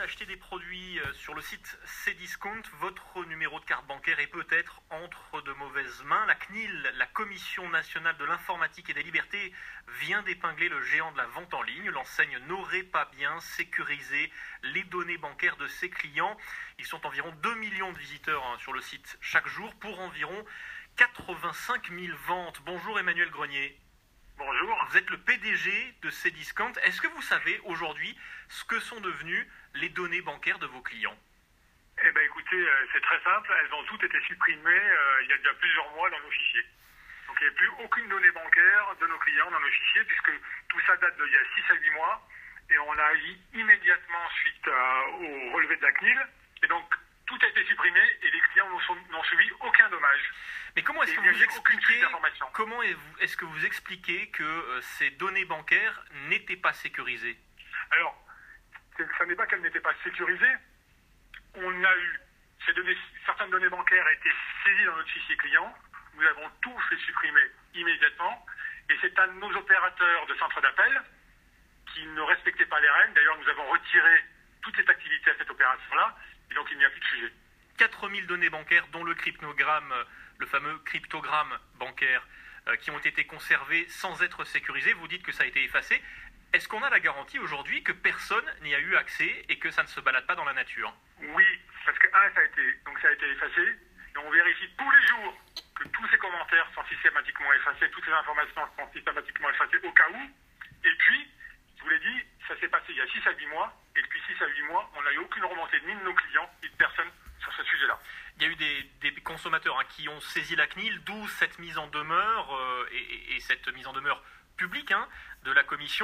Acheter des produits sur le site Cdiscount, votre numéro de carte bancaire est peut-être entre de mauvaises mains. La CNIL, la Commission nationale de l'informatique et des libertés, vient d'épingler le géant de la vente en ligne. L'enseigne n'aurait pas bien sécurisé les données bancaires de ses clients. Ils sont environ 2 millions de visiteurs sur le site chaque jour pour environ 85 000 ventes. Bonjour Emmanuel Grenier. Bonjour. Vous êtes le PDG de Cdiscount. Est-ce que vous savez aujourd'hui ce que sont devenues les données bancaires de vos clients? Eh bien écoutez, c'est très simple, elles ont toutes été supprimées il y a déjà plusieurs mois dans nos fichiers. Donc il n'y a plus aucune donnée bancaire de nos clients dans nos fichiers puisque tout ça date d'il y a 6 à 8 mois et on a agi immédiatement suite au relevé de la CNIL et donc tout a été supprimé et les clients n'ont subi aucun dommage. Mais comment est-ce que vous expliquez que ces données bancaires n'étaient pas sécurisées? Alors, ça n'est pas qu'elles n'étaient pas sécurisées. On a eu certaines données bancaires ont été saisies dans notre fichier client. Nous avons tout fait supprimer immédiatement. Et c'est un de nos opérateurs de centre d'appel qui ne respectait pas les règles. D'ailleurs, nous avons retiré toute cette activité à cette opération-là. Et donc, il n'y a plus de sujet. 4000 données bancaires, dont le cryptogramme, le fameux cryptogramme bancaire, qui ont été conservées sans être sécurisées. Vous dites que ça a été effacé. Est-ce qu'on a la garantie aujourd'hui que personne n'y a eu accès et que ça ne se balade pas dans la nature? Oui, parce que ça a été effacé. Et on vérifie tous les jours que tous ces commentaires sont systématiquement effacés, toutes ces informations sont systématiquement effacées au cas où. Et puis, je vous l'ai dit, ça s'est passé il y a 6 à 8 mois. Et depuis 6 à 8 mois, on n'a eu aucune remontée ni de nos clients, ni de personne sur ce sujet-là. Il y a eu des consommateurs qui ont saisi la CNIL, d'où cette mise en demeure et cette mise en demeure publique de la Commission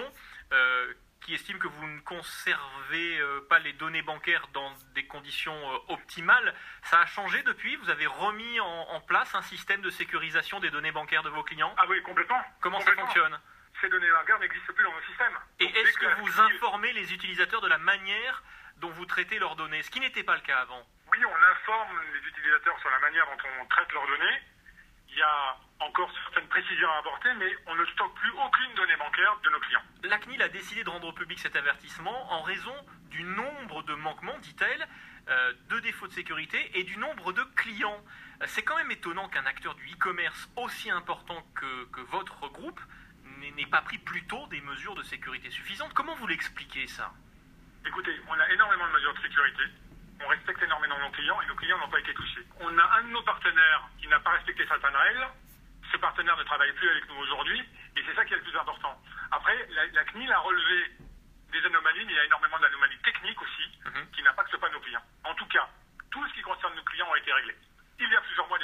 qui estime que vous ne conservez pas les données bancaires dans des conditions optimales. Ça a changé depuis? Vous avez remis en place un système de sécurisation des données bancaires de vos clients? Ah oui, complètement. Comment ça fonctionne? Ces données bancaires n'existent plus dans nos systèmes. Et est-ce que vous informez les utilisateurs de la manière dont vous traitez leurs données, ce qui n'était pas le cas avant? Oui, on informe les utilisateurs sur la manière dont on traite leurs données. Il y a encore certaines précisions à apporter, mais on ne stocke plus aucune donnée bancaire de nos clients. La CNIL a décidé de rendre public cet avertissement en raison du nombre de manquements, dit-elle, de défauts de sécurité et du nombre de clients. C'est quand même étonnant qu'un acteur du e-commerce aussi important que votre groupe n'ait pas pris plus tôt des mesures de sécurité suffisantes. Comment vous l'expliquez ça? Écoutez, on a énormément de mesures de sécurité. On respecte énormément nos clients et nos clients n'ont pas été touchés. On a un de nos partenaires qui n'a pas respecté certaines règles. Ce partenaire ne travaille plus avec nous aujourd'hui et c'est ça qui est le plus important. Après, la CNIL a relevé des anomalies, mais il y a énormément d'anomalies techniques aussi qui n'impactent pas nos clients. En tout cas, tout ce qui concerne nos clients a été réglé. Il y a plusieurs mois.